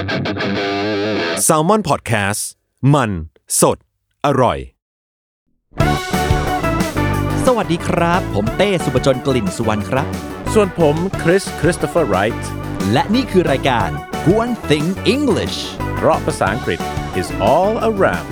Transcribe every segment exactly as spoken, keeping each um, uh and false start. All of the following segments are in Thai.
Salmon Podcast มันสดอร่อยสวัสดีครับผมเต้สุปจนกลิ่นสุวรรณครับส่วนผมคริสคริสโตเฟอร์ไรท์และนี่คือรายการ One Thing English เพราะภาษาอังกฤษ is all around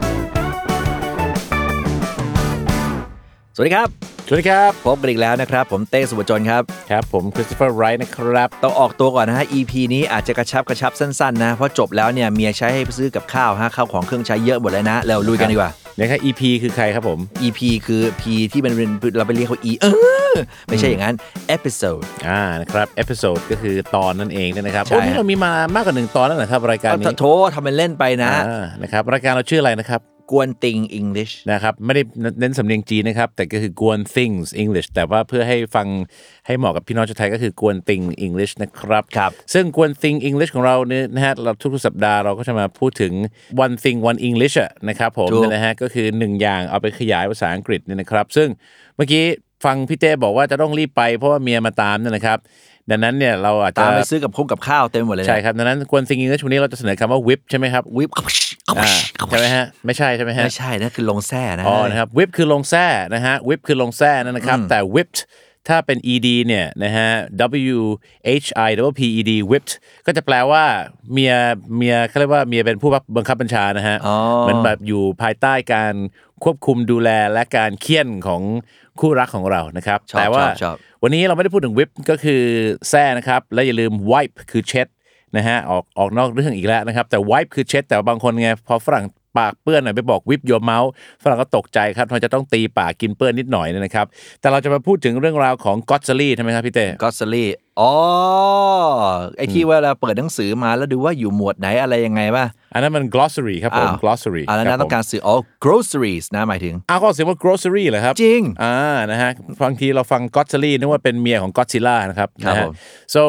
สวัสดีครับสวัสดีครับพบกันอีกแล้วนะครับผมเต้สุปจนครับครับผมคริสโตเฟอร์ไรท์นะครับต้องออกตัวก่อนนะฮะ อี พี นี้อาจจะกระชับกระชับสั้นๆนะเพราะจบแล้วเนี่ยเมียใช้ให้ไปซื้อกับข้าวฮะข้าวของเครื่องใช้เยอะหมดเลยนะเราลุยกันดีกว่านะครับ อี พี คือใครครับผมอี พี คือ P ที่มันเป็นเราไปเรียกเขา E เออไม่ใช่อย่างนั้น episode อ่านะครับ episode ก็คือตอนนั่นเองนะครับโอ้นี่เรามีมามากกว่าหนึ่งตอนแล้วนะครับรายการนี้โถทำเป็นเล่นไปนะนะครับรายการเราชื่ออะไรนะครับกวนติง English นะครับไม่ได้เน้นสำเนียงจีนนะครับแต่ก็คือกวน things English แต่ว่าเพื่อให้ฟังให้เหมาะกับพี่น้องชาวไทยก็คือกวนติง English นะครับครับซึ่งกวนติง English ของเราเนี่ยนะฮะเราทุกๆสัปดาห์เราก็จะมาพูดถึง one thing one English อ่ะนะครับผมนะฮะก็คือหนึ่งอย่างเอาไปขยายภาษาอังกฤษเนี่ยนะครับซึ่งเมื่อกี้ฟังพี่เต้บอกว่าจะต้องรีบไปเพราะว่าเมียมาตามเนี่ยนะครับดังนั้นเนี่ยเราอาจจะตามไปซื้อกับข้าวกับข้าวเต็มหมดเลยใช่ครับดังนั้นกวนติง English วันนี้เราจะเสนอคำว่า whip ใช่ไหมครับ whip ใช่ไหมฮะไม่ใช่ใช่ไหมฮะไม่ใช่นะคือลงแซ่นะอ๋อนะครับ whip คือลงแซ่นะฮะ whip คือลงแซ่นั่นนะครับแต่ whipped ถ้าเป็น ed เนี่ยนะฮะ w h i w p e d whipped ก็จะแปลว่าเมียเมียเขาเรียกว่าเมียเป็นผู้บังคับบัญชานะฮะเหมือนแบบอยู่ภายใต้การควบคุมดูแลและการเคี่ยนของคู่รักของเรานะครับแต่ว่าวันนี้เราไม่ได้พูดถึง whip ก็คือแซ่นะครับและอย่าลืม wipe คือเช็ดนะฮะออกออกนอกเรื่องอีกแล้วนะครับแต่ wipe คือเช็ดแต่บางคนไงพอฝรั่งปากเปื้อนหน่อยไปบอก whip your mouth ฝรั่งก็ตกใจครับมันจะต้องตีปากกินเปื้อนนิดหน่อยนะครับแต่เราจะมาพูดถึงเรื่องราวของ Gotzally ใช่ไหมครับพี่เต้ Gotzally อ๋อไอ้ที่ว่าเราเปิดหนังสือมาแล้วดูว่าอยู่หมวดไหนอะไรยังไงป่ะอันนั้นมัน glossary ครับผม glossary อันนั้นต้องการสื่ออ๋อ groceries นะหมายถึงอ้าวก็เสียงว่า grocery เหรอครับจริงอ่านะฮะบางทีเราฟัง Gotzally นึกว่าเป็นเมียของ Godzilla นะครับนะฮะ so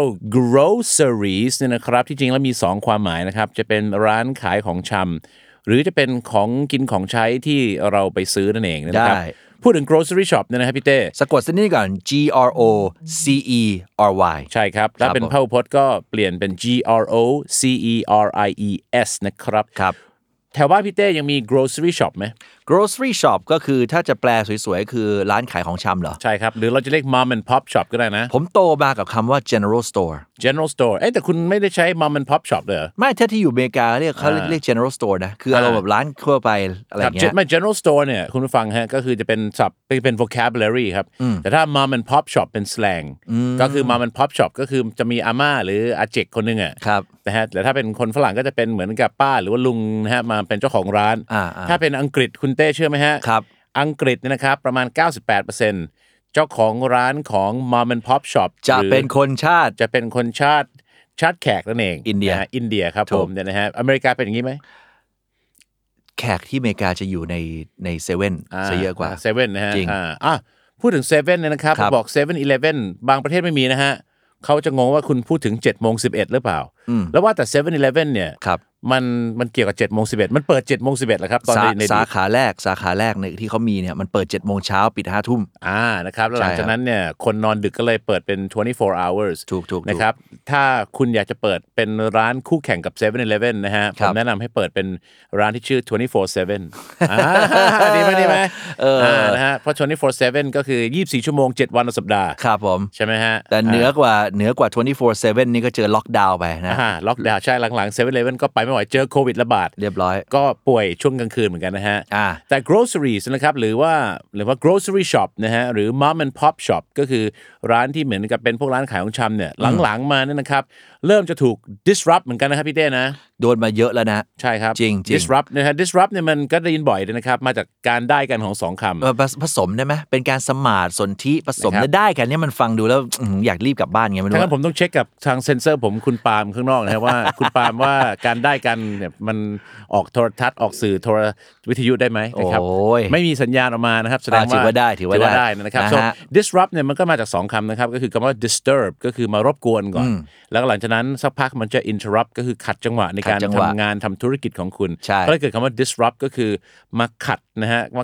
groceries เนี่ยนะครับที่จริงแล้วมีสองความหมายนะครับจะเป็นร้านขายของชำหรือจะเป็นของกินของใช้ที่เราไปซื้อนั่นเองนะครับพูดถึง grocery shop เนี่ยนะครับพี่เต้สะกดสักนิดก่อน G R O C E R Y ใช่ครับถ้าเป็นพหูพจน์ก็เปลี่ยนเป็น G R O C E R I E S นะครับครับแถวบ้านพี่เต้ยังมี grocery shop ไหม grocery shop ก็คือถ้าจะแปลสวยๆคือร้านขายของชำเหรอใช่ครับหรือเราจะเรียก mom and pop shop ก็ได้นะผมโตมากับคำว่า general store general store เอ้แต่คุณไม่ได้ใช้ mom and pop shop เลยเหรอไม่ถ้าที่อยู่อเมริกาเรียกเขาเรียก general store นะคือเราแบบร้านทั่วไปอะไรอย่างเงี้ยไม่ general store เนี่ยคุณผู้ฟังฮะก็คือจะเป็นศัพท์เป็น vocabulary ครับแต่ถ้า mom and pop shop เป็น slang ก็คือ mom and pop shop ก็คือจะมีอาม่าหรืออาเจกคนนึงอ่ะนะฮะแต่ถ้าเป็นคนฝรั่งก็จะเป็นเหมือนกับป้าหรือว่าลุงนะฮะมาเป็นเจ้าของร้านถ้าเป็นอังกฤษคุณเต้เชื่อไหมฮะครับอังกฤษเนี่ยนะครับประมาณ เก้าสิบแปดเปอร์เซ็นต์ เจ้าของร้านของ mom and pop shop จะเป็นคนชาติจะเป็นคนชาติชาติแขกนั่นเองอินเดียอินเดียครับผมเนี่ยนะฮะอเมริกาเป็นอย่างนี้ไหมแขกที่อเมริกาจะอยู่ในในเซเว่นซะเยอะกว่าเซเว่นนะฮะอ่าพูดถึงเซเว่นเนี่ยนะครับบอกเซเว่นอีเลฟเว่นบางประเทศไม่มีนะฮะเขาจะงงว่าคุณพูดถึงเจ็ดโมงสิบเอ็ดหรือเปล่าแล้วว่าแต่เซเว่นอีเลฟเว่นเนี่ยมันมันเกี่ยวกับเจ็ดโมงสิบเอ็ดมันเปิดเจ็ดโมงสิบเอ็ดเหรอครับตอนในสาขาแรกสาขาแรกเนี่ยที่เขามีเนี่ยมันเปิดเจ็ดโมงเช้าปิดห้าทุ่มอ่านะครับแล้วหลังจากนั้นเนี่ยคนนอนดึกก็เลยเปิดเป็นtwenty-four hours ถูกๆนะครับถ้าคุณอยากจะเปิดเป็นร้านคู่แข่งกับเซเว่นอีเลฟเว่นนะฮะผมแนะนำให้เปิดเป็นร้านที่ชื่อtwenty-four sevenอ่าดีไหมดีไหมเออนะฮะเพราะtwenty-four sevenก็คือยี่สิบสี่ชั่วโมงเจ็ดวันต่อสัปดาห์ครับผมใช่ไหมฮะแต่เหนือกว่าเหนือกว่าtwenty-four sevenนี่ก็เจอล็อกดาวน์ไปนะล็อกดาวน์ใช่หลังๆเซเว่นอีเลฟเว่นก็ไปไม่ไหวเจอโควิดระบาดเรียบร้อยก็ป่วยช่วงกลางคืนเหมือนกันนะฮะแต่ groceries นะครับหรือว่าหรือว่า grocery shop นะฮะหรือ mom and pop shop ก็คือร้านที่เหมือนกับเป็นพวกร้านขายของชำเนี่ยหลังๆมาเนี่ยนะครับเริ่มจะถูก disrupt เหมือนกันนะครับพี่เต้นะโดนมาเยอะแล้วนะใช่ครับจริง disrupt นะฮะ disrupt เนี่ยมันก็ได้ยินบ่อยเลยนะครับมาจากการได้กันของสองคำผสมได้ไหมเป็นการสมานสนธิผสมแล้วได้กันเนี่ยมันฟังดูแล้วอยากรีบกลับบ้านไงไม่รู้ถ้าผมต้องเช็คกับทางเซ็นเซอร์ผมคุณปาล์มข้างนอกนะครับว่าคุณปาล์มว่าการได้กันเนี่ยมันออกโทรทัศน์ออกสื่อโทรวิทยุได้ไหมนะครับไม่มีสัญญาณออกมานะครับแสดงว่าถือว่าได้ถือว่าได้นะครับ so disrupt เนี่ยมันก็มาจากสองคำนะครับก็คือคำว่า disturb ก็คือมารบกวนก่อนแล้วหลังจากนั้นสักพักมันจะ interrupt ก็คือขัดจังหวะในการทำงานทำธุรกิจของคุณก็เลยเกิดคำว่า disrupt ก็คือมาขัดนะฮะมาขัด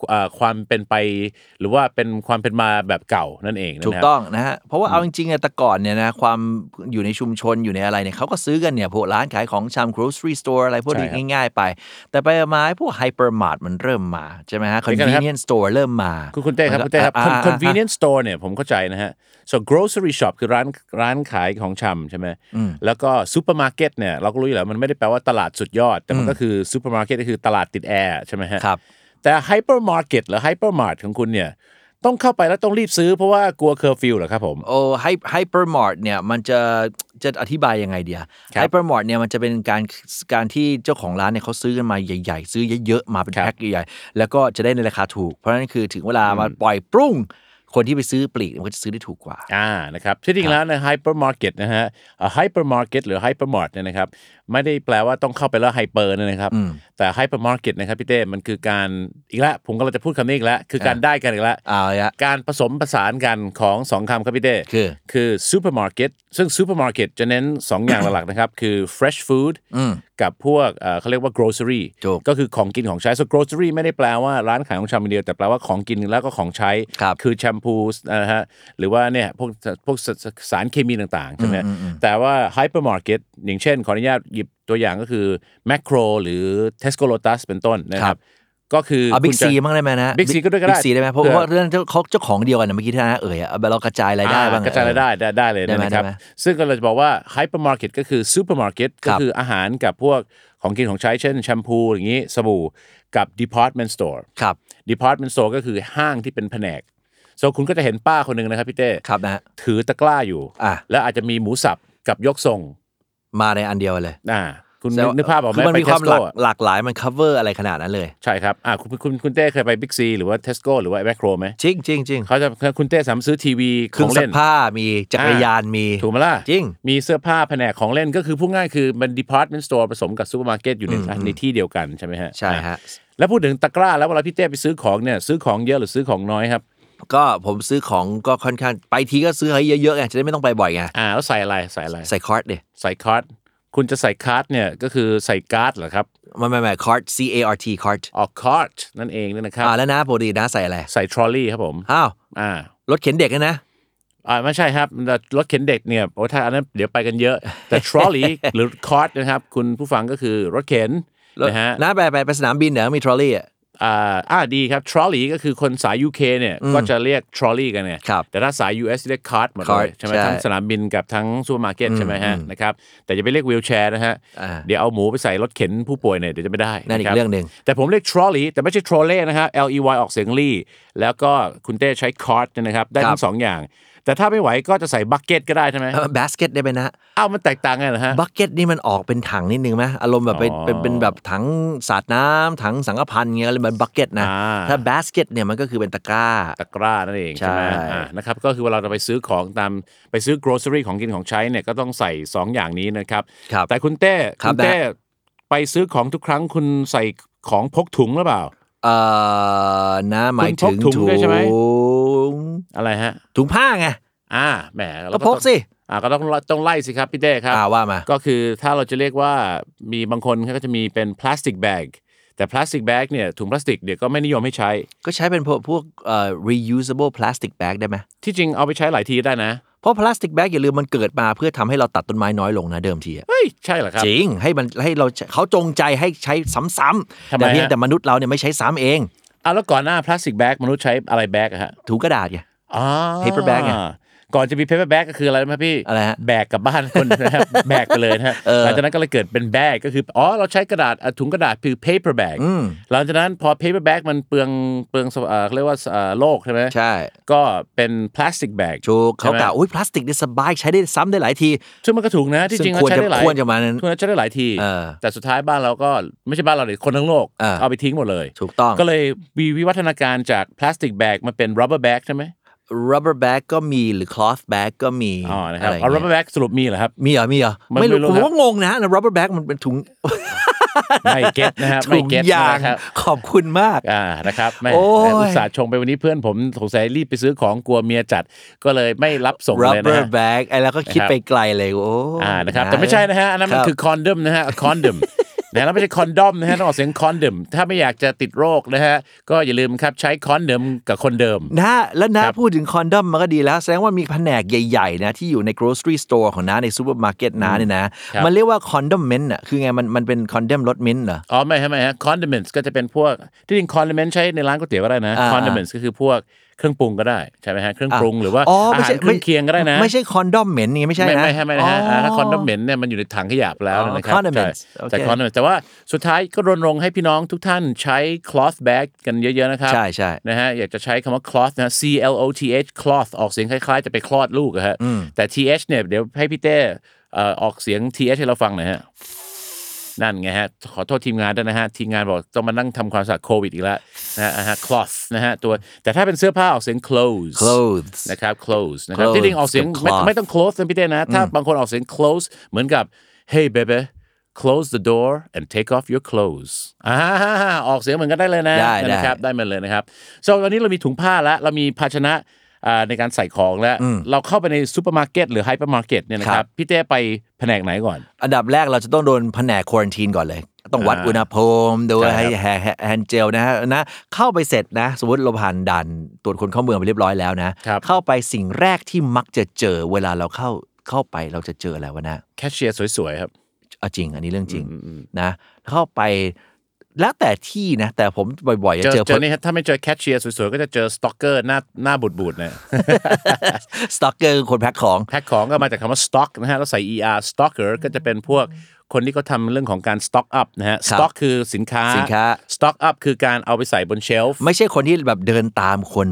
อ่าความเป็นไปหรือว่าเป็นความเป็นมาแบบเก่านั่นเองนะถูกต้องนะฮะเพราะว่าเอาจริงๆอะแต่ก่อนเนี่ยนะความอยู่ในชุมชนอยู่ในอะไรเนี่ยเขาก็ซื้อกันเนี่ยพวกร้านขายของชำ grocery store อะไรพวกนี้ง่ายๆไปแต่ไปมาพวก hypermart มันเริ่มมาใช่ไหมฮะ convenience store เริ่มมาคุณคุณเต้ครับคุณเต้ครับ convenience store เนี่ยผมเข้าใจนะฮะ so grocery shop คือร้านร้านขายของชำใช่ไหมแล้วก็ supermarket เนี่ยเราก็รู้อยู่แล้วมันไม่ได้แปลว่าตลาดสุดยอดแต่มันก็คือ supermarket ก็คือตลาดติดแอร์ใช่ไหมฮะครับแต่ hypermarket หรือ hypermart ของคุณเนี่ยต้องเข้าไปแล้วต้องรีบซื้อเพราะว่ากลัวเคอร์ฟิวเหรอครับผมโอ้ hypermart เนี่ยมันจะจะอธิบายยังไงเดีย hypermart เนี่ยมันจะเป็นการการที่เจ้าของร้านเนี่ยเขาซื้อกันมาใหญ่ๆซื้อเยอะๆมาเป็นแพ็คใหญ่ๆแล้วก็จะได้ในราคาถูกเพราะฉะนั้นคือถึงเวลามาปล่อยปรุงคนที่ไปซื้อปลีกมันก็จะซื้อได้ถูกกว่าอ่านะครับที่จริงแล้วใน hypermarket นะฮะ hypermarket หรือ hypermart เนี่ยนะครับไม่ได้แปลว่าต้องเข้าไปแล้วไฮเปอร์นะครับแต่ hypermarket นะครับพี่เต้มันคือการอีกแล้วผมก็เราจะพูดคำนี้อีกแล้วคือการได้กันอีกแล้วการผสมผสานกันของสองคำครับพี่เต้คือคือ supermarket ซึ่ง supermarket จะเน้นสองอย่างหลักๆนะครับคือ fresh food กับพวกเขาเรียกว่า grocery ก็คือของกินของใช้ so grocery ไม่ได้แปลว่าร้านขายของชำอย่างเดียวแต่แปลว่าของกินแล้วก็ของใช้คือแชมพูนะฮะหรือว่าเนี่ยพวกพวกสารเคมีต่างๆใช่ไหมแต่ว่า hypermarket อย่างเช่นขออนุญาตหยิบตัวอย่างก็คือ Macro หรือ Tesco Lotus เป็นต้นนะครับก็คือเอา Big C มั้งได้ไหมนะ Big C ก็ได้ก็ได้ Big C ได้ไหมเพราะว่าเรื่องเขาเจ้าของเดียวกันเมื่อกี้ที่นะเอ่ยอ่ะเรากระจายรายได้บ้างกระจายรายได้ได้ได้เลยนะครับซึ่งก็เราจะบอกว่า hypermarket ก็คือ supermarket ก็คืออาหารกับพวกของกินของใช้เช่นแชมพูอย่างนี้สบู่กับ department store ครับ department store ก็คือห้างที่เป็นแผนกโซคุณก็จะเห็นป้าคนหนึ่งนะครับพี่เต้ครับนะถือตะกร้าอยู่แล้วอาจจะมีหมูสับกับยกทรงมาในอันเดียวเลยอ่าคุณนึกภาพออกไหมมันมีความหลากหลายมัน cover อะไรขนาดนั้นเลยใช่ครับอ่าคุณคุณคุณเต้เคยไป Big C หรือว่า Tesco หรือว่า Macro ไหมจริงจริงจริงเขาจะคุณเต้สามารถซื้อทีวีของเล่นผ้ามีจักรยานมีถูกไหมล่ะจริงมีเสื้อผ้าแผนกของเล่นก็คือพูดง่ายคือมัน department store ผสมกับ supermarket อยู่ในในที่เดียวกันใช่ไหมฮะใช่ฮะแล้วพูดถึงตะกร้าแล้วเวลาพี่เต้ไปซื้อของเนี่ยซื้อของเยอะหรือซื้อของน้อยครับก็ผมซื้อของก็ค่อนข้างไปทีก็ซื้อให้เยอะๆไงจะได้ไม่ต้องไปบ่อยไงอ่าแล้วใส่อะไรใส่อะไรใส่คาร์ดดิใส่คาร์ดคุณจะใส่คาร์ดเนี่ยก็คือใส่การ์ดเหรอครับไม่ไม่ไม่คาร์ด C A R T คาร์ดอ๋อคาร์ดนั่นเองนะครับอ่าแล้วนะปกตินะใส่อะไรใส่ทรอลลี่ครับผมอ้าวอ่ารถเข็นเด็กนะอ่าไม่ใช่ครับรถเข็นเด็กเนี่ยโอ้ถ้าอันนั้นเดี๋ยวไปกันเยอะแต่ทรอลลี่หรือคาร์ดนะครับคุณผู้ฟังก็คือรถเข็นนะฮะนะไปไปไปสนามบินเดี๋ยวมีทรอลลี่อ่ะอ่าอ่าดีครับ trolley ก็คือคนสาย ยู เค เนี่ยก็จะเรียก trolley กันเนี่ยแต่ถ้าสาย ยู เอส เรียก cart หมดเลยใช่ไหมทั้งสนามบินกับทั้งซูเปอร์มาร์เก็ตใช่ไหมฮะนะครับแต่จะไปเรียก wheelchair นะฮะเดี๋ยวเอาหมูไปใส่รถเข็นผู้ป่วยเนี่ยเดี๋ยวจะไม่ได้นั่นอีกเรื่องนึงแต่ผมเรียก trolley แต่ไม่ใช่ trolley นะฮะ L E Y ออกเสียงลี่แล้วก็คุณเต้ใช้ cart นะครับได้ทั้งสองอย่างแต่ถ้าไม่ไหวก็จะใส่บักเก็ตก็ได้ใช่ไหมบาสเก็ตได้ไหมนะอ้าวมันแตกต่างไงเหรอฮะบักเก็ตนี่มันออกเป็นถังนิดนึงไหมอารมณ์แบบเป็นเป็นเป็นแบบถังสาดน้ำถังสังกะพันเงี้ยเลยเป็นบักเก็ตนะถ้าบาสเก็ตเนี่ยมันก็คือเป็นตะกร้าตะกร้านั่นเองใช่ไหมอ่านะครับก็คือเวลาเราไปซื้อของตามไปซื้อ grocery ของกินของใช้เนี่ยก็ต้องใส่สองอย่างนี้นะครับแต่คุณเต้คุณเต้ไปซื้อของทุกครั้งคุณใส่ของพกถุงหรือเปล่าเอ่อนะหมายถึงถุงใช่ไหมอะไรฮะถุงผ้าไงอ่าแหมก็พกสิอ่าก็ต้องต้องไล่สิครับพี่เต้ครับอ่าว่ามาก็คือถ้าเราจะเรียกว่ามีบางคนเขาก็จะมีเป็นพลาสติกแบกแต่พลาสติกแบกเนี่ยถุงพลาสติกเดี๋ยวก็ไม่นิยมให้ใช้ก็ใช้เป็นพวกพวกเอ่อ reusable plastic bag ได้ไหมที่จริงเอาไปใช้หลายทีได้นะเพราะพลาสติกแบกอย่าลืมมันเกิดมาเพื่อทำให้เราตัดต้นไม้น้อยลงนะเดิมทีเฮ้ยใช่เหรอครับจริงให้มันให้เราเขาจงใจให้ใช้ซ้ำๆแต่เพียงแต่มนุษย์เราเนี่ยไม่ใช้ซ้ำเองอ่ะแล้วก่อนหน้าพลาสติกแบกมนุษย์ใช้อะไรแบกอะฮะถุงกระดาษไงอ๋อ paper bag ไงก่อนจะมี paper bag ก็คืออะไรไหมพี่อะไรฮะแบกกลับบ้านคนนะครับแบกไปเลยนะฮะหลังจากนั้นก็เลยเกิดเป็นแบกก็คืออ๋อเราใช้กระดาษถุงกระดาษคือ paper bag หลังจากนั้นพอ paper bag มันเปลืองเปลืองเขาเรียกว่าโลกใช่ไหมใช่ก็เป็น plastic bag ถูกเขากล่าวอุ้ยพลาสติกนี่สบายใช้ได้ซ้ำได้หลายทีซึ่งมันก็ถูกนะที่จริงมันใช้ได้หลายควรจะมาควรจะใช้ได้หลายทีแต่สุดท้ายบ้านเราก็ไม่ใช่บ้านเราเลยคนทั้งโลกเอาไปทิ้งหมดเลยถูกต้องก็เลยมีวิวัฒนาการจาก plastic bag มาเป็น rubber bag ใช่ไหม rubber bag ก็มีหรือ cloth bag ก็มีอ๋อนะครับเอา rubber bag สรุปมีเหรอครับมีเหรอมีเหรอไม่รู้ผมก็งงนะ rubber bag มันเป็นถุงไม่เก็ตนะครับไม่เก็ตนะครับขอบคุณมากอ่านะครับไม่อุตส่าห์ชงไปวันนี้เพื่อนผมสงสัยรีบไปซื้อของกลัวเมียจัดก็เลยไม่รับส่งเลยนะ rubber bag ไอ้แล้วก็คิดไปไกลเลยโอ้อ่านะครับแต่ไม่ใช่นะฮะอันนั้นมันคือ condom นะฮะ condom นะแล้วไม่ใช่คอนดอมนะฮะต้องออกเสียงคอนเดมถ้าไม่อยากจะติดโรคนะฮะก็อย่าลืมครับใช้คอนเดมกับคนเดิมนะแล้วนะพูดถึงคอนดอมมันก็ดีแล้วแสดงว่ามีแผนกใหญ่ๆนะที่อยู่ใน grocery store ของน้าในซูเปอร์มาร์เก็ตน้าเนี่ยนะมันเรียกว่าคอนดอมเมนต์อ่ะคือไงมันมันเป็นคอนเดมรสมิ้นท์เหรออ๋อไม่ใช่ไม่ฮะคอนดิเมนต์ก็จะเป็นพวกที่จริงคอนดิเมนต์ใช้ในร้านก๋วยเตี๋ยวก็ได้นะคอนดิเมนต์ก็คือพวกเครื่องปรุงก็ได้ใช่ไหมฮะเครื่องปรุงหรือว่าอาหารเครื่องเคียงก็ได้นะไม่ใช่คอนดอมเหม็นนี่ไม่ใช่นะไม่ใช่ไม่นะฮะถ้าคอนดอมเหม็นเนี่ยมันอยู่ในถังขยะแล้วนะครับแต่คอนดอมแต่ว่าสุดท้ายก็รณรงค์ให้พี่น้องทุกท่านใช้ cloth bag กันเยอะๆนะครับใช่ใช่นะฮะอยากจะใช้คำว่า cloth นะ C L O T H cloth ออกเสียงคล้ายๆจะไปคลอดลูกอะฮะแต่ T H เนี่ยเดี๋ยวให้พี่เต้ออกเสียง T H ให้เราฟังหน่อยฮะนั่นไงฮะขอโทษทีมงานด้วยนะฮะทีมงานบอกต้องมานั่งทำความสะอาดโควิดอีกแล้วนะฮะ cloth นะฮะตัวแต่ถ้าเป็นเสื้อผ้าออกเสียง clothes clothes นะครับ clothes นะครับที่จริงออกเสียงไม่ไม่ต้อง close นะพี่เต้นะถ้าบางคนออกเสียง close เหมือนกับ hey baby close the door and take off your clothes อ่าออกเสียงเหมือนกันได้เลยนะนะครับได้มาเลยนะครับ so ตอนนี้เรามีถุงผ้าแล้วเรามีภาชนะในการใส่ของแล้วเราเข้าไปในซูเปอร์มาร์เก็ตหรือไฮเปอร์มาร์เก็ตเนี่ยนะครับพี่เต้ไปแผนกไหนก่อนอันดับแรกเราจะต้องโดนแผนกควอรันทีนก่อนเลยต้องวัดอุณหภูมิดูให้แฮนด์เจลนะฮะนะเข้าไปเสร็จนะสมมติเราผ่านด่านตรวจคนเข้าเมืองไปเรียบร้อยแล้วนะเข้าไปสิ่งแรกที่มักจะเจอเวลาเราเข้าเข้าไปเราจะเจออะไรวะนะแคชเชียร์สวยๆครับเอาจริงอันนี้เรื่องจริงนะเข้าไปแล้วแต่ที่นะแต่ผมบ่อยๆจะเจอเจอนี่ถ้าไม่เจอแคชเชียร์สวยๆก็จะเจอสต็อกเกอร์หน้าหน้าบูดๆนะสต็อกเกอร์คนแพ็คของแพ็คของก็มาจากคำว่าสต็อกนะฮะแล้วใส่ er stalker ก็จะเป็นพวกคนที่เขาทำเรื่องของการ stock up นะฮะ stock คือสินค้า stock up คือการเอาไปใส่บนเชลฟ์ไม่ใช่คนที่แบบเดินตามคน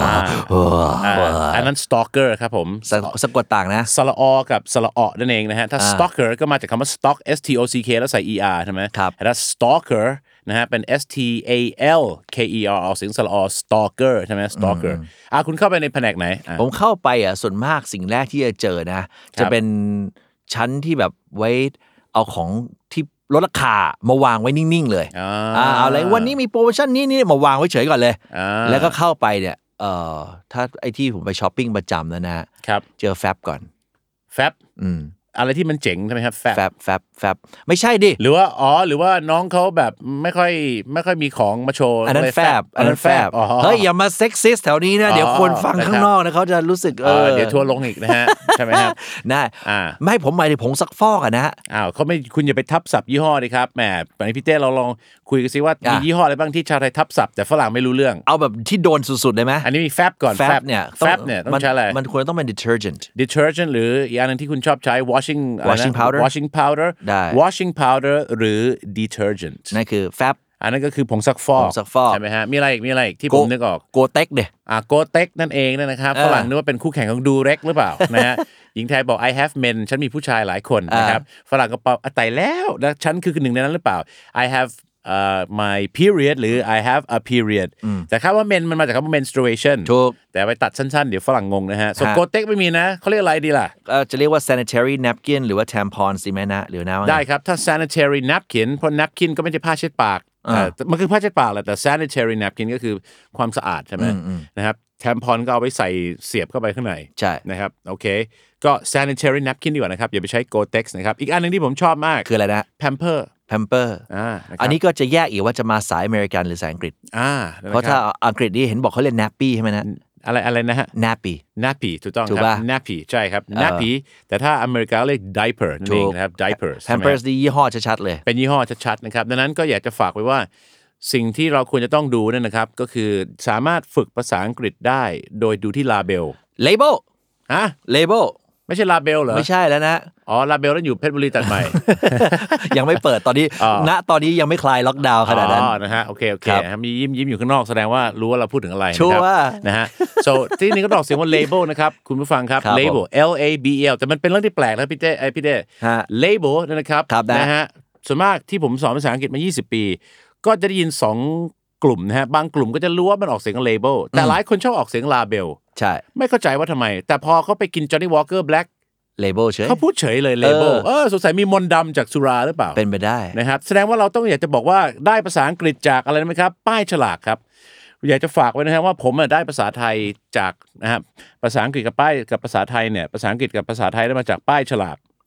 อันนั้น stalker ครับผมสะกดต่างนะสระอกับสระอนั่นเองนะฮะถ้า stalker ก็มาจากคำว่า stock s t o c k แล้วใส่ er ใช่ไหมครับแต่ถ้า stalker นะฮะเป็น s t a l k e r ออกเสียงสระอ stalker ใช่ไหม stalker อ่ะคุณเข้าไปในแผนกไหนผมเข้าไปอ่ะส่วนมากสิ่งแรกที่จะเจอนะจะเป็นชั้นที่แบบไว้เอาของที่ลดราคามาวางไว้นิ่งๆเลยอ่าเอาอะไรวันนี้มีโปรโมชั่นนี้นี่มาวางไว้เฉยก่อนเลยแล้วก็เข้าไปเนี่ยเอ่อถ้าไอ้ที่ผมไปช้อปปิ้งประจำแล้วนะครับเจอแฟบก่อนแฟบอืมอะไรที่มันเจ๋งใช่ไหมครับแฟบแฟบแฟบแฟบไม่ใช่ดิหรือว่าอ๋อหรือว่าน้องเขาแบบไม่ค่อยไม่ค่อยมีของมาโชว์อันนั้นแฟบอันนั้นแฟบเฮ้ยอย่ามาเซ็กซิสแถวนี้นะเดี๋ยวคนฟังข้างนอกนะเขาจะรู้สึกเออเดี๋ยวทัวร์ลงอีกนะฮะใช่ไหมครับน่าไม่ผมหมายถึงผงซักฟอกอะนะอ้าวเขาไม่คุณอย่าไปทับศัพท์ยี่ห้อดิครับแหมตอนนี้พี่เต้เราลองคุยกันซิว่ามียี่ห้ออะไรบ้างที่ชาวไทยทับศัพท์แต่ฝรั่งไม่รู้เรื่องเอาแบบที่โดนสุดๆเลยไหมอันนี้มีแฟบก่อนแฟบเนี่ยแฟบเนี่ยต้องใช้อะไรมันควรต้องเป็น detergent detergent หรืออีกอันนึงที่คุณชอบใช้ washing washing powder washing powder ได้ washing powder หรือ detergent นั่นคือแฟบอันนั้นก็คือผงซักฟอกผงซักฟอกใช่ไหมฮะมีอะไรอีกมีอะไรอีกที่ผมนึกออกโกเต็กเดอ่าโกเต็กนั่นเองนะครับฝรั่งนึกว่าเป็นคู่แข่งของดูเร็กหรือเปล่านะฮะหญิงไทยบอก I have men ฉันมีผู้ชายหลายคนนะครับฝรั่งก็เป่าไต่แล้วแล้วฉันคือหนึ่งในนั้นหรือเปล่า I have uh, my period หรือ I have a period แต่คำว่า men มันมาจากคำว่า menstruation ถูกแต่ไปตัดสั้นๆเดี๋ยวฝรั่งงงนะฮะส่วนโกเต็กไม่มีนะเขาเรียกอะไรดีล่ะจะเรียกว่า sanitary napkin หรือว่า tampon สิแม่นะหรือนะได้ครับถ้า sanitary napkin เพราะ napkin ก็ไม่ใช่ผ้าเช็ดปากมันคือผ้าเช็ดปากแหละแต่ sanitary napkin ก็คือความสะอาดใช่ไหมนะครับ tampon ก็เอาไว้ใส่เสียบเข้าไปข้างในใช่นะครับโอเคก็ sanitary napkin ดีกว่านะครับอย่าไปใช้ Gore-Tex นะครับอีกอันนึงที่ผมชอบมากคืออะไรนะ pamper pamper อ่าอันนี้ก็จะแยกอีกว่าจะมาสายอเมริกันหรือสายอังกฤษอ่าเพราะถ้าอังกฤษนี่เห็นบอกเขาเรียก nappy ใช่ไหมนะอะไรอะไรนะฮะ nappy nappy ถูกต้องครับ nappy ใช่ครับ nappy แต่ถ้าอเมริกาเรียก diaper นั่นเองนะครับ diapers pampers นี่ยี่ห้อชัดๆเลยเป็นยี่ห้อชัดๆนะครับดังนั้นก็อยากจะฝากไว้ว่าสิ่งที่เราควรจะต้องดูนั่นนะครับก็คือสามารถฝึกภาษาอังกฤษได้โดยดูที่ label label ฮะ label ไม่ใช่ label เหรอไม่ใช่แล้วนะอ๋อ label นั่นอยู่เพชรบุรีตัดใหม่ยังไม่เปิดตอนนี้ณตอนนี้ยังไม่คลายล็อกดาวน์ขนาดนั้นอ๋อนะฮะโอเคโอเคมียิ้มยิ้มอยู่ข้างนอกแสดงว่ารู้ว่าเราพูดถึงอะไรชัวร์นะฮะ so ที่นี่ก็ต้องเสียงว่า label นะครับคุณผู้ฟังครับ label L A B E L แต่มันเป็นเรื่องที่แปลกนะพี่เต้ไอพี่เต้ label นะครับนะฮะส่วนมากที่ผมสอนภาษาอังกฤษมายี่สิบปีก็จะได้ยินสองกลุ่มนะฮะบางกลุ่มก็จะรู้ว่ามันออกเสียง label แต่หลายคนชอบออกเสียง label ใช่ไม่เข้าใจว่าทำไมแต่พอเขาไปกิน Johnny Walker Black label เฉยเขาพูดเฉยเลย label เออสงสัยมีมนต์ดำจากสุราหรือเปล่าเป็นไปได้นะครับแสดงว่าเราต้องอยากจะบอกว่าได้ภาษาอังกฤษจากอะไรไหมครับป้ายฉลากครับอยากจะฝากไว้นะครับว่าผมได้ภาษาไทยจากนะครับภาษาอังกฤษกับป้ายกับภาษาไทยเนี่ยภาษาอังกฤษกับภาษาไทยได้มาจากป้ายฉลาก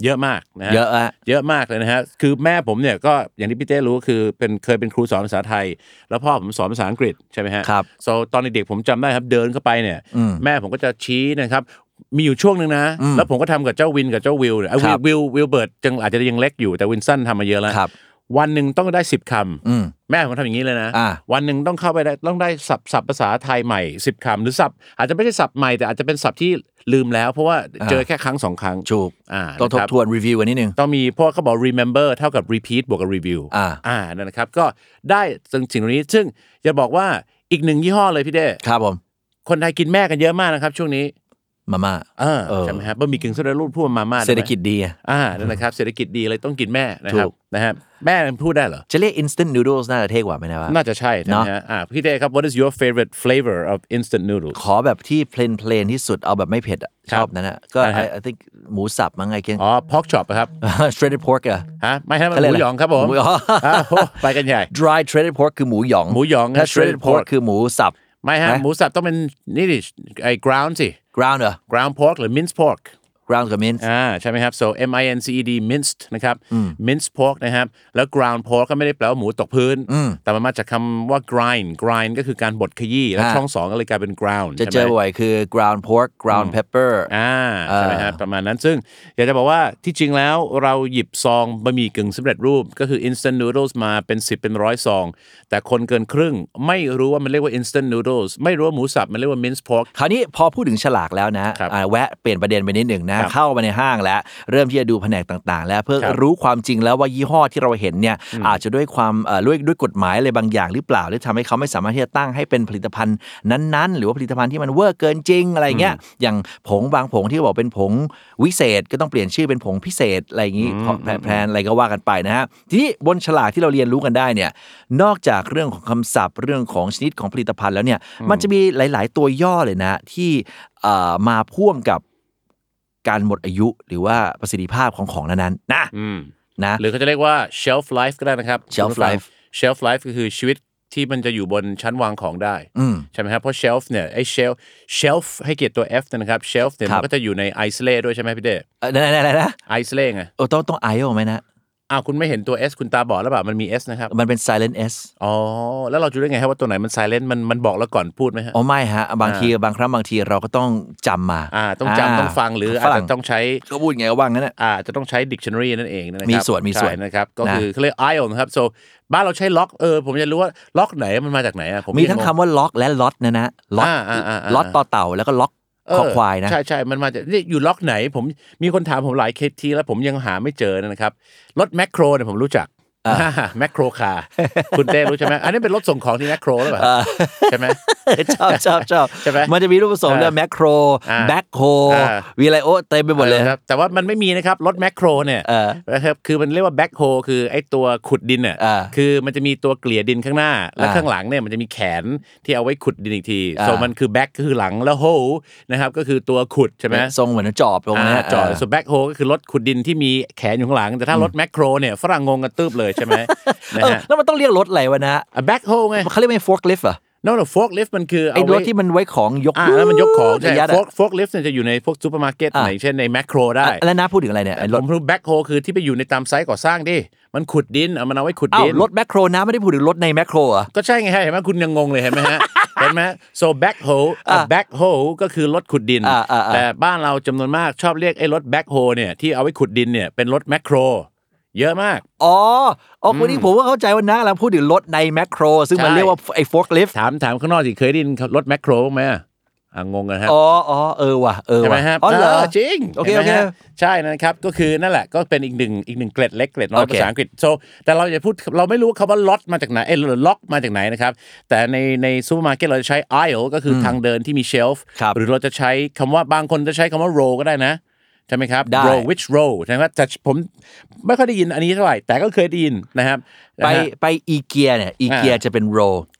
เยอะมากนะฮะเยอะอะเยอะมากเลยนะฮะคือแม่ผมเนี่ยก็อย่างที่พี่เต้รู้คือเป็นเคยเป็นครูสอนภาษาไทยแล้วพ่อผมสอนภาษาอังกฤษใช่ไหมฮะครับ so ตอนเด็กๆผมจำได้ครับเดินเข้าไปเนี่ยแม่ผมก็จะชี้นะครับมีอยู่ช่วงนึงนะแล้วผมก็ทำกับเจ้าวินกับเจ้าวิลเนี่ยวิลวิลวิลเบิร์ตจังอาจจะยังเล็กอยู่แต่วินสันทำมาเยอะแล้ววันหนึ่งต้องได้สิบคำแม่ผมทำอย่างนี้เลยนะวันหนึ่งต้องเข้าไปได้ต้องได้ศัพท์ศัพท์ภาษาไทยใหม่สิบคำหรือศัพท์อาจจะไม่ใช่ศัพท์ใหม่แต่อาจจะเป็นศัพท์ที่ลืมแล้วเพราะว่าเจอแค่ครั้งสองครั้งถูกต้องทบทวนรีวิวกันนิดนึงต้องมีเพราะเขาบอก remember เท่ากับ repeat บวกกับ review อ่าอ่านั่นนะครับก็ได้สิ่งตรงนี้ซึ่งจะบอกว่าอีกหนึ่งยี่ห้อเลยพี่เด้ครับผมคนไทยกินแม่กันเยอะมากนะครับช่วงนี้มาม่าเออใช่ไหมครับบะหมี่กึ่งสำเร็จรูปพูดมาม่าเศรษฐกิจดีอ่านั่นนะครับเศรษฐกิจดีเลยต้องกินแม่นะครับนะฮะแม่พูดได้เหรอจะเรียก instant noodles น่าจะเท่กว่าไหมนะว่าน่าจะใช่นะฮะอ่าพี่เต้ครับ what is your favorite flavor of instant noodles ขอแบบที่เพลนเพลนที่สุดเอาแบบไม่เผ็ดอ่ะชอบนั่นน่ะก็ I I think หมูสับมั้งไงเก่งอ๋อ pork chop ครับ shredded pork อ่ะฮะไม่ใช่หมูหยองครับผมไปกันใหญ่ dry shredded pork คือหมูหยองหมูหยอง shredded pork คือหมูสับไม่ฮะหมูสับต้องเป็นนี่ดิไอ้ ground สิ ground เหรอ ground pork หรือ minced pork ground กับ minced อ่าใช่ไหมครับ so M I N C E D minced นะครับ minced pork นะครับแล้ว ground pork ก็ไม่ได้แปลว่าหมูตกพื้นแต่มันมาจากคำว่า grind grind ก็คือการบดขยี้แล้วช่องสองก็เลยกลายเป็น ground จะเจอบ่อยคือ ground pork ground pepper อ่าใช่ไหมครับประมาณนั้นซึ่งอยากจะบอกว่าที่จริงแล้วเราหยิบซองบะหมี่กึ่งสำเร็จรูปก็คือ instant noodles มาเป็นสิบเป็นร้อยซองแต่คนเกินครึ่งไม่รู้ว่ามันเรียกว่า instant noodles ไม่รู้ว่าหมูสับมันเรียกว่า minced pork คราวนี้พอพูดถึงฉลากแล้วนะแวะเปลี่ยนประเด็นไปนิดหนึ่งนะเข้ามาในห้างแล้วเริ่มที่จะดูแผนกต่างๆแล้วเพื่อรู้ความจริงแล้วว่ายี่ห้อที่เราเห็นเนี่ยอาจจะด้วยความด้วยด้วยกฎหมายอะไรบางอย่างหรือเปล่าหรือทำให้เขาไม่สามารถที่จะตั้งให้เป็นผลิตภัณฑ์นั้นๆหรือว่าผลิตภัณฑ์ที่มันเวอร์เกินจริงอะไรเงี้ยอย่างผงบางผงที่บอกเป็นผงวิเศษก็ต้องเปลี่ยนชื่อเป็นผงพิเศษอะไรอย่างงี้แพรนอะไรก็ว่ากันไปนะฮะทีนี้บนฉลากที่เราเรียนรู้กันได้เนี่ยนอกจากเรื่องของคำศัพท์เรื่องของชนิดของผลิตภัณฑ์แล้วเนี่ยมันจะมีหลายๆตัวย่อเลยนะที่มาพ่วงกับการหมดอายุหรือว่าประสิทธิภาพของของนั้นๆนะนะหรือเขาจะเรียกว่า shelf life ก็ได้นะครับ shelf life shelf life ก็คือชีวิตที่มันจะอยู่บนชั้นวางของได้ใช่ไหมครับเพราะ shelf เนี่ยไอ้ shelf shelf ให้เกียรติตัว F นะครับ shelf เนี่ยมันก็จะอยู่ใน isolate ด้วยใช่ไหมพี่เด้อะไรๆๆนะ isolate ไงเออต้องต้อง I มั้ยนะอ้าวคุณไม่เห็นตัว S คุณตาบอดหรือเปล่ามันมี S นะครับมันเป็น silent S อ๋อแล้วเราจะรู้ได้ไงครับว่าตัวไหนมัน silent มันมันบอกแล้วก่อนพูดไหมฮะอ๋อไม่ฮะบางทีบางครั้งบางทีเราก็ต้องจำมาอ่าต้องจำต้องฟังหรืออาจจะต้องใช้ก็พูดไงว่างั้นน่ะอ่าจะต้องใช้ dictionary นั่นเองนะครับมีส่วนมีส่วนนะครับก็คือเขาเรียก ion นะครับ so บ้านเราใช้ล็อกเออผมจะรู้ว่าล็อกไหนมันมาจากไหนอ่ะผมมีทั้งคำว่าล็อกและล็อตนะนะล็อตล็อตต่อเต่าแล้วก็ล็อกคอควายนะใช่ใช่มันมาจากนี่อยู่ล็อกไหนผมมีคนถามผมหลายเคสทีแล้วผมยังหาไม่เจอนะครับรถแมคโครเนี่ยผมรู้จักแมคโครคาร์คุณเต้รู้ใช่ไหมอันนี้เป็นรถส่งของที่แมคโครหรือเปล่าใช่ไหมชอบชอบชอบใช่ไหมมันจะมีรูปผสมด้วยแมคโครแบ็คโฮวีไลโอเต็มไปหมดเลยครับแต่ว่ามันไม่มีนะครับรถแมคโครเนี่ยนะครับคือมันเรียกว่าแบ็คโฮคือไอ้ตัวขุดดินเนี่ยคือมันจะมีตัวเกลี่ยดินข้างหน้าและข้างหลังเนี่ยมันจะมีแขนที่เอาไว้ขุดดินอีกทีโซมันคือแบ็คก็คือหลังแล้วโฮนะครับก็คือตัวขุดใช่ไหมทรงเหมือนจอบตรงนี้จอบส่วนแบ็คโฮก็คือรถขุดดินที่มีแขนอยู่ข้างหลังแต่ถ้ารถแมคโครเนี่ยฝรั่งงงกันตึ๊บเลยใช่ไหมนะฮะแล้วมันต้องเรียกรถอะไรวะนะแบ็คโฮไงเขาเรียกเป็นฟอร์คลิฟต์อ่ะ no no forklift มันคือไอ้รถที่มันไว้ของยกอ่าแล้วมันยกของใช่ fork forklift เนี่ยจะอยู่ในพวกซูเปอร์มาร์เก็ตไหนเช่นในแมคโครได้แล้วนะพูดถึงอะไรเนี่ยรถผมพูดแบ็คโฮคือที่ไปอยู่ในตามไซต์ก่อสร้างดิมันขุดดินเอามันเอาไว้ขุดดินรถแมคโครนะไม่ได้พูดถึงรถในแมคโครอ่ะก็ใช่ไงฮะเห็นไหมคุณยังงงเลยเห็นไหมฮะเห็นไหม so backhoe backhoe ก็คือรถขุดดินแต่บ้านเราจำนวนมากชอบเรียกไอ้รถ backhoe เนี่ยที่เอาไว้ขุดดินเนี่ยเป็นรถแมคโครเยอะมากอ๋ออ๋อคนนี้ผมก็เข้าใจว่านะเราพูดถึงรถในแมคโครซึ่งมันเรียกว่าไอ้ฟอร์คลิฟต์ถามถามข้างนอกสิเคยได้ยินรถแมคโครบ้างไหมอ่ะงงกันฮะอ๋ออ๋อเออว่ะเออว่ะอ๋อเหรอจริงโอเคโอเคใช่นะครับก็คือนั่นแหละก็เป็นอีกหนึ่งอีกหนึ่งเกล็ดเล็กเกล็ดน้อยภาษาอังกฤษ so แต่เราจะพูดเราไม่รู้คำว่าล็อตมาจากไหนเอ้ยล็อกมาจากไหนนะครับแต่ในในซูเปอร์มาร์เก็ตเราจะใช้ aisle ก็คือทางเดินที่มี shelf หรือเราจะใช้คำว่าบางคนจะใช้คำว่า row ก็ได้นะใช่ไหมครับ row which row ใช่ไหมครับแต่ผมไม่ค่อยได้ยินอันนี้เท่าไหร่แต่ก็เคยได้ยินนะครับไปไปอีเกียเนี่ยอีเกียจะเป็น row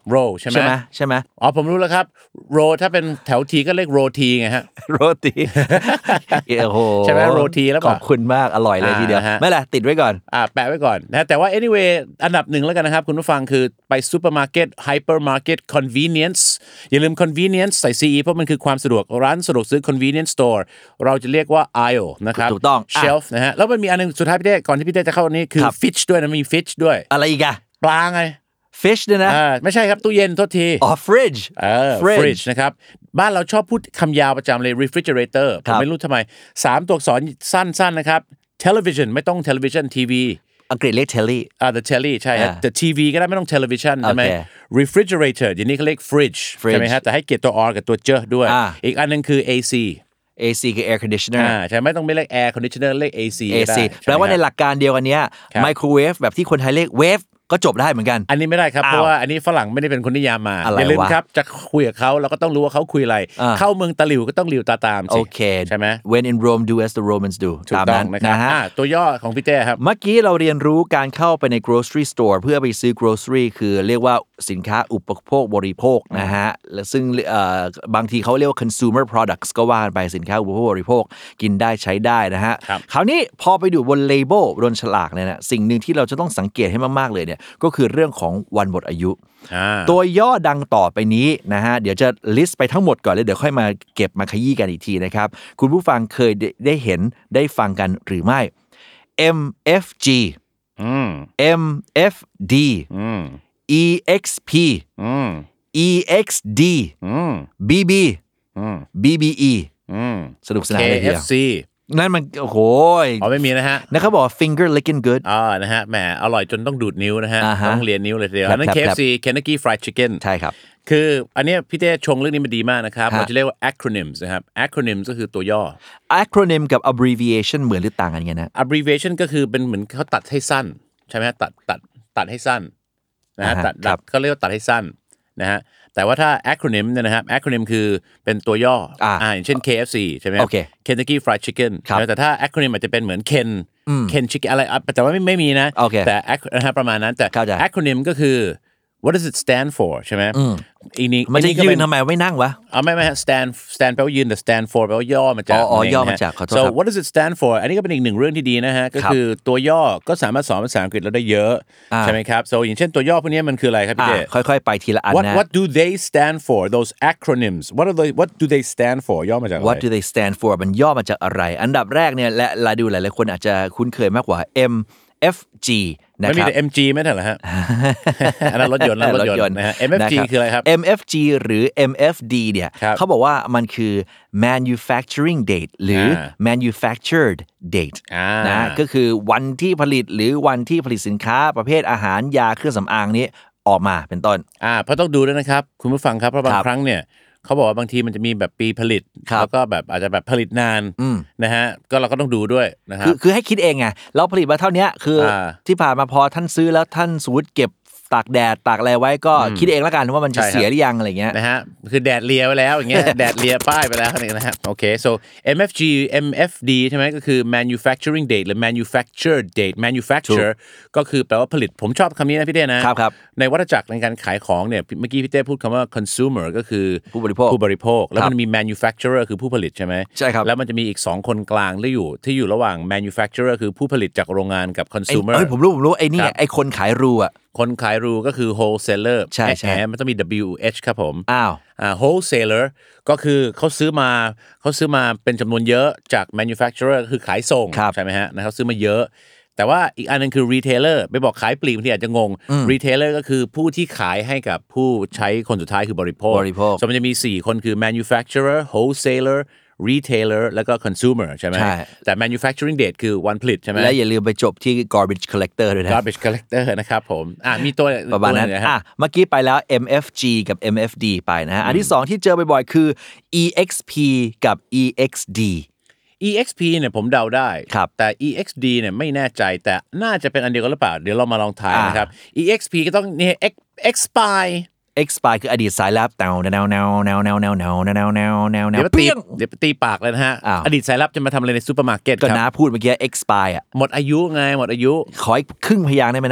roll ใช่ไหมใช่ไหมใช่ไหมอ๋อผมรู้แล้วครับ roll ถ้าเป็นแถวทีก็เรียก roll ทีไงฮะโรตีโอ้โหใช่ไหม roll ทีแล้วขอบคุณมากอร่อยเลยทีเดียวไม่แหละติดไว้ก่อนอ่าแปะไว้ก่อนนะแต่ว่า anyway อันดับหนึ่งแล้วกันนะครับคุณผู้ฟังคือไปซูเปอร์มาร์เก็ต hypermarket convenience อย่าลืม convenience ใส่ ซี อี เพราะมันคือความสะดวกร้านสะดวกซื้อ convenience store เราจะเรียกว่า aisle นะครับถูกต้อง shelf นะฮะแล้วมันมีอันนึงสุดท้ายพี่เต้ก่อนที่พี่เต้จะเข้าอันนี้คือ fish ด้วยนะมี fish ด้วยอะไรอีกอะปลาไง fish เนี่ยนะอ่าไม่ใช่ครับตู้เย็นโทษทีอ๋อ fridge เออ fridge นะครับบ้านเราชอบพูดคำยาวประจำเลย refrigerator ผมไม่รู้ทำไมสามตัวอักษรสั้นๆนะครับ television ไม่ต้อง television ที วีอังกฤษเรียก telly อ่า the telly ใช่ฮะแต่ ที วี ก็ได้ไม่ต้อง television ใช่ไหม refrigerator เดี๋ยวนี้เขาเรียก fridge ใช่ไหมฮะแต่ให้เกียรติตัว r กับตัว j ด้วยอีกอันนึงคือ เอ ซีเอ ซี คือ air conditioner อ่าใช่ไม่ต้องไม่เรียก air conditioner เรียก เอ ซีเอ ซี แปลว่าในหลักการเดียวกันเนี้ย microwave แบบที่คนไทยเรียก wave ก็จบได้เหมือนกันอันนี้ไม่ได้ครับเพราะว่าอันนี้ฝรั่งไม่ได้เป็นคนนิยามมาอย่าลืมครับจะคุยกับเขาเราก็ต้องรู้ว่าเขาคุยอะไรเข้าเมืองตะหลิวก็ต้องหลิวตาตามสิโอเคใช่ไหม When in Rome do as the Romans do ตามนั้นนะฮะตัวย่อของพี่เต้ครับเมื่อกี้เราเรียนรู้การเข้าไปใน grocery store เพื่อไปซื้อ grocery คือเรียกว่าสินค้าอุปโภคบริโภคนะฮะซึ่งบางทีเขาเรียกว่า consumer products ก็ว่ากันไปสินค้าอุปโภคบริโภคกินได้ใช้ได้นะฮะคราวนี้พอไปดูบน label บนฉลากเนี่ยนะสิ่งหนึ่งที่เราจะต้องสังเกตให้มากๆเลยเนี่ยก็คือเรื่องของวันหมดอายุตัวย่อดังต่อไปนี้นะฮะเดี๋ยวจะ list ไปทั้งหมดก่อนเลยเดี๋ยวค่อยมาเก็บมาขยี้กันอีกทีนะครับคุณผู้ฟังเคยได้เห็นได้ฟังกันหรือไม่ เอ็ม เอฟ จี เอ็ม เอฟ ดี อี เอ็กซ์ พี อี เอ็กซ์ ดี บี บี บี บี อี สนุกสนานเลยทีเดียวเค เอฟ ซีนั่นมันโอ้โหอ๋อไม่มีนะฮะนะเขาบอก finger licking good อ่านะฮะแหมอร่อยจนต้องดูดนิ้วนะฮะต้องเรียนนิ้วเลยทีเดียวนั่น เค เอฟ ซี Kentucky Fried Chicken ใช่ครับคืออันนี้พี่เต้ชงเรื่องนี้มาดีมากนะครับเราจะเรียกว่า acronyms นะครับ acronyms ก็คือตัวย่อ acronym กับ abbreviation เหมือนหรือต่างกันไงนะ abbreviation ก็คือเป็นเหมือนเขาตัดให้สั้นใช่ไหมตัดตัดตัดให้สั้นนะฮะตัดเขาเรียกว่าตัดให้สั้นนะฮะแต่ว่าถ้า acronym เนี่ยนะครับ acronym คือเป็นตัวย่ออ่าอย่างเช่น เค เอฟ ซี ใช่ไหม Kentucky Fried Chicken แต่ถ้า acronym อาจจะเป็นเหมือน Ken Ken Chicken อะไรแต่ว่าไม่ไม่มีนะแต่นะฮะประมาณนั้นแต่ acronym ก็คือ what does it stand for ใช่ไหมอีนี้มันจะยืนทำไมไม่นั่งวะอ๋อไม่ไม่ฮะ stand stand แปลว่ายืนแต่ stand for แปลว่าย่อมาจากอ๋อย่อมาจากขอโทษครับ so what does it stand for อันนี้ก็เป็นอีกหนึ่งเรื่องที่ดีนะฮะก็คือตัวย่อก็สามารถสอนภาษาอังกฤษเราได้เยอะใช่ไหมครับ so อย่างเช่นตัวย่อพวกนี้มันคืออะไรครับพี่เจค่อยๆไปทีละอันนะ what do they stand for those acronyms what are they what do they stand for ย่อมาจากอะไร what do they stand for มันย่อมาจากอะไรอันดับแรกเนี่ยและเราดูหลายๆคนอาจจะคุ้นเคยมากกว่า Mเอฟ จี นะครับไม่มีแต่ เอ็ม จี ไม่ใช่เหรอฮะอันนั้นรถยนต์นะรถยนต์นะฮะ เอ็ม เอฟ จี คืออะไรครับเอ็ม เอฟ จี หรือ เอ็ม เอฟ ดี เนี่ยเขาบอกว่ามันคือ manufacturing date หรือ manufactured date นะก็คือวันที่ผลิตหรือวันที่ผลิตสินค้าประเภทอาหารยาเครื่องสำอางนี้ออกมาเป็นต้นอ่าเพราะต้องดูด้วยนะครับคุณผู้ฟังครับเพราะบางครั้งเนี่ยเขาบอกว่าบางทีมันจะมีแบบปีผลิตแล้วก็แบบอาจจะแบบผลิตนานนะฮะก็เราก็ต้องดูด้วยนะครับคือคือให้คิดเองไงเราผลิตมาเท่านี้คือที่ผ่านมาพอท่านซื้อแล้วท่านสมมุติเก็บตากแดดตากอะไรไว้ก็คิดเองแล้วกันว่ามันจะเสียหรือยังอะไรเงี้ยนะฮะคือแดดเลียไว้แล้วอย่างเงี้ยแดดเลียป้ายไปแล้วนี่นะฮะโอเค so เอ็ม เอฟ จี เอ็ม เอฟ ดี ใช่ไหมก็คือ manufacturing date หรือ manufactured date manufacture ก็คือแปลว่าผลิตผมชอบคำนี้นะพี่เต้นะครับครับในวัฏจักรในการขายของเนี่ยเมื่อกี้พี่เต้พูดคำว่า consumer ก็คือผู้บริโภคผู้บริโภคแล้วมันมี manufacturer คือผู้ผลิตใช่ไหมใช่ครับแล้วมันจะมีอีกสองคนกลางที่อยู่ที่อยู่ระหว่าง manufacturer คือผู้ผลิตจากโรงงานกับ consumer เอ้ยผมรู้ผมรู้ไอ้นี่ไอ้คนขายรูอ่ะคนขายรูก็คือ wholesaler ใช่ใช่มันต้องมี ดับเบิลยู เอช ครับผมอ้าวอ่า wholesaler ก็คือเขาซื้อมาเขาซื้อมาเป็นจำนวนเยอะจาก manufacturer คือขายส่งใช่ไหมฮะนะเขาซื้อมาเยอะแต่ว่าอีกอันนึงคือ retailer ไปบอกขายปลีกบางทีอาจจะงง retailer ก็คือผู้ที่ขายให้กับผู้ใช้คนสุดท้ายคือบริโภคบริโภค so มันจะมีสี่คนคือ manufacturer wholesaler retailer แล้วก็ consumer ใช่ไหมแต่ manufacturing date คือวันผลิตใช่ไหมและอย่าลืมไปจบที่ garbage collector ด้วยนะ garbage collector นะครับผมอ่ะมีตัวประมาณนั้นอ่ะเมื่อกี้ไปแล้ว เอ็ม เอฟ จี กับ เอ็ม เอฟ ดี ไปนะฮะอันที่สองที่เจอบ่อยๆคือ อี เอ็กซ์ พี กับ อี เอ็กซ์ ดีอี เอ็กซ์ พี เนี่ยผมเดาได้แต่ อี เอ็กซ์ ดี เนี่ยไม่แน่ใจแต่น่าจะเป็นอันเดียวกันหรือเปล่าเดี๋ยวเรามาลองทายนะครับ อี เอ็กซ์ พี ก็ต้องนี่ expire expire คืออดีตสายลับแนวแนวแนวแนวแนวแนวแนวแนวแนวแนวแนวเดี๋ยวตีเดี๋ยวตีปากเลยนะฮะอดีตสายลับจะมาทำอะไรในซูเปอร์มาร์เก็ตก็น้าพูดเมื่อกี้ expire อ่ะหมดอายุไงหมดอายุขออีกครึ่งพยางค์ได้ไหมนะ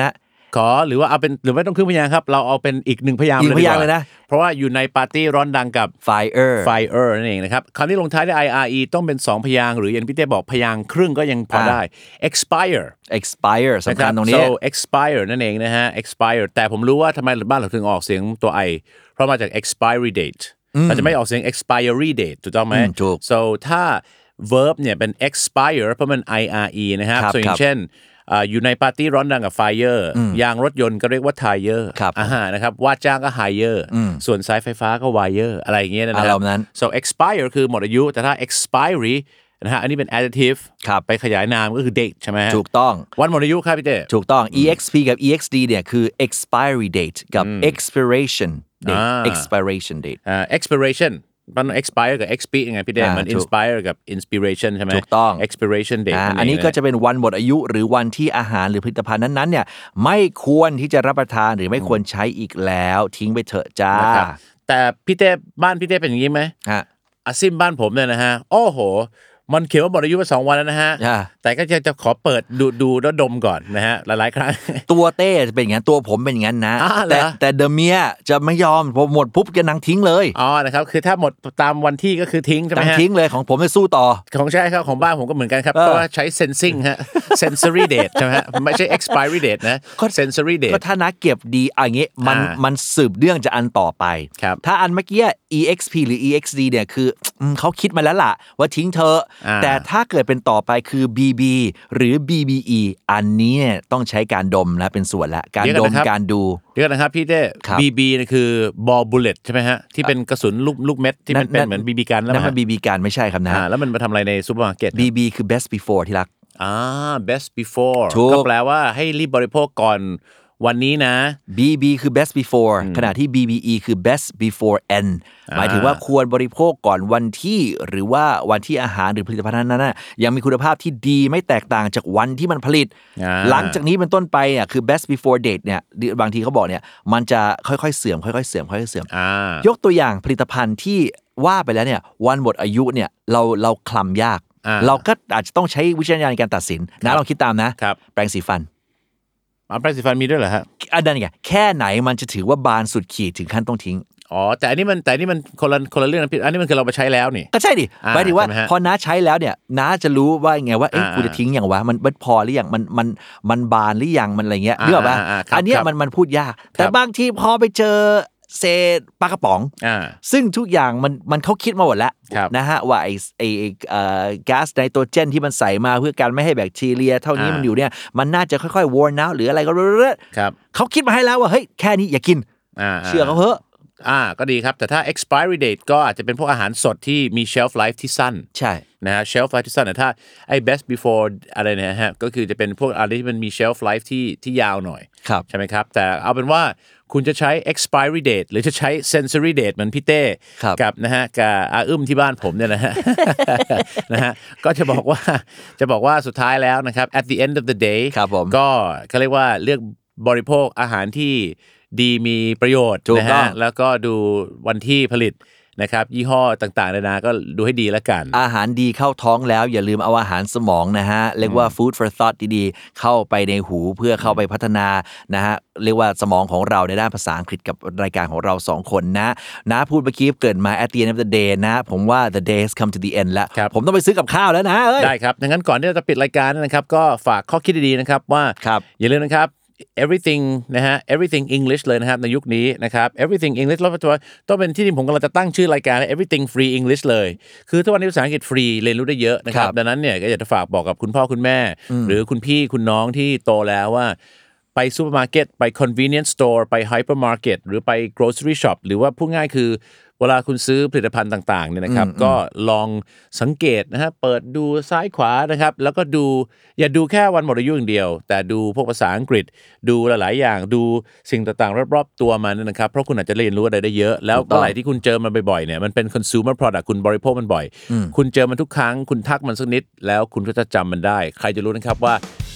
ขอหรือว่าเอาเป็นหรือไม่ต้องครึ่งพยางค์ครับเราเอาเป็นอีกหนึ่งพยางค์อีกพยางค์ดีกว่เลยนะเพราะว่าอยู่ในปาร์ตี้ร้อนดังกับ fire fire นั่นเองนะครับคำที่ลงท้ายด้วย ire ต้องเป็นสองพยางค์หรืออย่างพี่เต้บอกพยางค์ครึ่งก็ยังพอได้ expire expire สำคัญตรงนี้ so expire นั่นเองนะฮะ expire แต่ผมรู้ว่าทำไมบ้านเราถึงออกเสียงตัว i เพราะมาจาก expiry date เราจะไม่ออกเสียง expiry date ถูกต้องไหมถูก so ถ้า verb เนี่ยเป็น expire เพราะมัน ire นะครับครับ so อย่างเช่นอยู่ในปาร์ตี้ร้อนดังกับ fire ยางรถยนต์ก็เรียกว่า tire อ่านะครับว่าจ้างก็ hire ส่วนสายไฟฟ้าก็ wire อะไรอย่างเงี้ยนะครับ so expire คือหมดอายุแต่ถ้า expiry นะฮะอันนี้เป็น adjective ไปขยายนามก็คือ date ใช่ไหมฮะถูกต้องวันหมดอายุครับพี่เต้ถูกต้อง exp กับ exd เนี่ยคือ expiry date กับ expiration date expiration date อ่า expiration มัน expire กับ exp ยังไงพี่เต้มัน inspire กับ inspiration ใช่ไหมถูกต้อง expiration date อันนี้ก็จะเป็นวันหมดอายุหรือวันที่อาหารหรือผลิตภัณฑ์นั้นๆเนี่ยไม่ควรที่จะรับประทานหรือไม่ควรใช้อีกแล้วทิ้งไปเถอะจ้าแต่พี่เต้บ้านพี่เต้เป็นอย่างนี้ไหมฮะอาซิมบ้านผมเนี่ยนะฮะโอ้โหมันเขียนว่าหมดอายุมาสองวันแล้วนะฮะแต่ก็จะจะขอเปิดดูดูแล้วดมก่อนนะฮะหลายๆครั้งตัวเต้จะเป็นอย่างนั้นตัวผมเป็นอย่างนั้นนะแต่แต่เดอะเมียจะไม่ยอมพอหมดปุ๊บจะนังทิ้งเลยอ๋อนะครับคือถ้าหมดตามวันที่ก็คือทิ้งใช่ไหมฮะทิ้งเลยของผมจะสู้ต่อของใช่ครับของบ้านผมก็เหมือนกันครับเพราะว่าใช้ sensing ฮะ sensory date ใช่ไหมฮะไม่ใช่ expiry date นะ sensory date ก็ถ้านักเก็บดีอย่างงี้มันมันสืบเนื่องจะอันต่อไปถ้าอันเมื่อกี้ exp หรือ exd เนี่ยคือเขาคิดมาแล้วล่ะว่าทิ้งเธอแต่ถ้าเกิดเป็นต่อไปคือ bb หรือ bbe อันนี้เนี่ยต้องใช้การดมนะเป็นส่วนละการดมการดูเดี๋ยวนะครับพี่เต้ bb นี่คือ ball bullet ใช่ไหมฮะที่เป็นกระสุนลูกลูกเม็ดที่มันเป็นเหมือน บี บี กันแล้วนั่นมัน บี บี กันไม่ใช่ครับนะแล้วมันมาทำอะไรในซูเปอร์มาร์เก็ต bb คือ best before ที่รักอ่า best before ก็แปลว่าให้รีบบริโภคก่อนวันนี้นะบี บี คือ best before ขณะที่ บี บี อี คือ best before n หมายถึงว่าควรบริโภคก่อนวันที่หรือว่าวันที่อาหารหรือผลิตภัณฑ์นั้นน่ะยังมีคุณภาพที่ดีไม่แตกต่างจากวันที่มันผลิตหลังจากนี้เป็นต้นไปอ่ะคือ best before date เนี่ยบางทีเขาบอกเนี่ยมันจะค่อยๆเสื่อมค่อยๆเสื่อมค่อยๆเสื่อมยกตัวอย่างผลิตภัณฑ์ที่ว่าไปแล้วเนี่ยวันหมดอายุเนี่ยเราเราคลำยากเราก็อาจจะต้องใช้วิจารณญาณในการตัดสินนะลองคิดตามนะแปรงสีฟันแปรงสีฟันมีด้วยเหรอฮะอันนั้นไงแค่ไหนมันจะถือว่าบานสุดขีดถึงขั้นต้องทิ้งอ๋อแต่อันนี้มันแต่อันนี้มันคนละคนละเรื่องนะพี่อันนี้มันคือเราไปใช้แล้วนี่ก็ใช่ดิหมายถึงว่าพอน้าใช้แล้วเนี่ยน้าจะรู้ว่าไงว่าเอ๊ะกูจะทิ้งอย่างวะมันมันพอหรือยังมันมันมันบานหรือยังมันอะไรเงี้ยนึกออกป่ะอันนี้มันมันพูดยากแต่บางทีพอไปเจอเศษปลากระป๋องซึ่งทุกอย่างมันมันเขาคิดมาหมดแล้วนะฮะว่าไอ้ไอ้เอ่อแก๊สไนโตรเจนที่มันใส่มาเพื่อการไม่ให้แบคทีเรียเท่านี้มันอยู่เนี่ยมันน่าจะค่อยๆ worn out หรืออะไรก็เรื่อยๆเขาคิดมาให้แล้วว่าเฮ้ยแค่นี้อย่ากินเชื่อเขาเถอะอ่าก็ดีครับแต่ถ้า expiry date ก็อาจจะเป็นพวกอาหารสดที่มี shelf life ที่สั้นใช่นะฮะ shelf life ที่สั้นแต่ถ้าไอ้ best before อะไรเนี่ยฮะก็คือจะเป็นพวกอะไรที่มันมี shelf life ที่ที่ยาวหน่อยใช่ไหมครับแต่เอาเป็นว่าคุณจะใช้ expiry date หรือจะใช้ sensory date เหมือนพี่เต้กับนะฮะกับอาอึ้มที่บ้านผมเนี่ยนะฮะ นะฮะก็จะบอกว่าจะบอกว่าสุดท้ายแล้วนะครับ at the end of the day ก็เขาเรียกว่าเลือกบริโภคอาหารที่ดีมีประโยชน์นะฮะแล้วก็ดูวันที่ผลิตนะครับยี่ห้อต่างๆนานาก็ดูให้ดีแล้วกันอาหารดีเข้าท้องแล้วอย่าลืมเอาอาหารสมองนะฮะเรียกว่า food for thought ดีๆเข้าไปในหูเพื่อเข้าไปพัฒนานะฮะเรียกว่าสมองของเราในด้านภาษาอังกฤษกับรายการของเราสองคนนะนะพูดเมื่อกี้เกิดมา at the end of the day นะผมว่า the day has come to the end แล้วผมต้องไปซื้อกับข้าวแล้วนะเอ้ยได้ครับดังนั้นก่อนที่เราจะปิดรายการนะครับก็ฝากข้อคิดดีๆนะครับว่าอย่าลืมนะครับeverything นะฮะ everything English เลยนะครับในยุคนี้นะครับ everything English แล้วตัวต้องเป็นที่ที่ผมกำลังจะตั้งชื่อรายการ everything free English เลยคือทุกวันนี้ภาษาอังกฤษฟรีเรียนรู้ได้เยอะนะครับดังนั้นเนี่ยก็อยากจะฝากบอกกับคุณพ่อคุณแม่หรือคุณพี่คุณน้องที่โตแล้วว่าไปซูเปอร์มาร์เก็ตไป convenience store ไป hypermarket หรือไป grocery shop หรือว่าพูดง่ายคือเวลาคุณซื้อผลิตภัณฑ์ต่างๆเนี่ยนะครับก็ลองสังเกตนะฮะเปิดดูซ้ายขวานะครับแล้วก็ดูอย่าดูแค่วันหมดอายุอย่างเดียวแต่ดูพวกภาษาอังกฤษดูหลายๆอย่างดูสิ่งต่างๆรอบๆตัวมันนะครับเพราะคุณอาจจะเรียนรู้อะไรได้เยอะแล้วเมื่อไหร่ที่คุณเจอมันบ่อยๆเนี่ยมันเป็น consumer product คุณบริโภคมันบ่อยคุณเจอมันทุกครั้งคุณทักมันสักนิดแล้วคุณก็จะจำมันได้ใครจะรู้นะครับว่า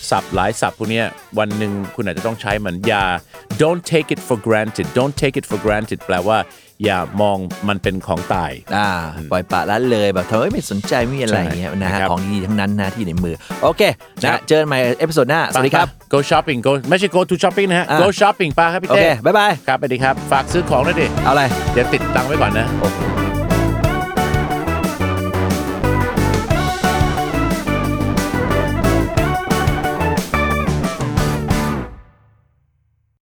ศัพท์หลายศัพท์พวกเนี้ยวันหนึ่งคุณอาจจะต้องใช้มันอย่า don't take it for granted don't take it for granted แปลว่าอย่ามองมันเป็นของตายอ่าปล่อยปละละเลยแบบเธอไม่สนใจไม่มีอะไรอย่างเงี้ยนะฮะของดีทั้งนั้นนะที่ในมือโอเคนะเจอกันใหม่เอพิโซดหน้าสวัสดีครับ go shopping go ไม่ใช่ go to shopping นะฮะ go shopping ป้าครับพี่เต้โอเคบ๊ายบายครับสวัสดีครับฝากซื้อของด้วยดิเอาอะไรเดี๋ยวติดตังไว้ก่อนนะโอ้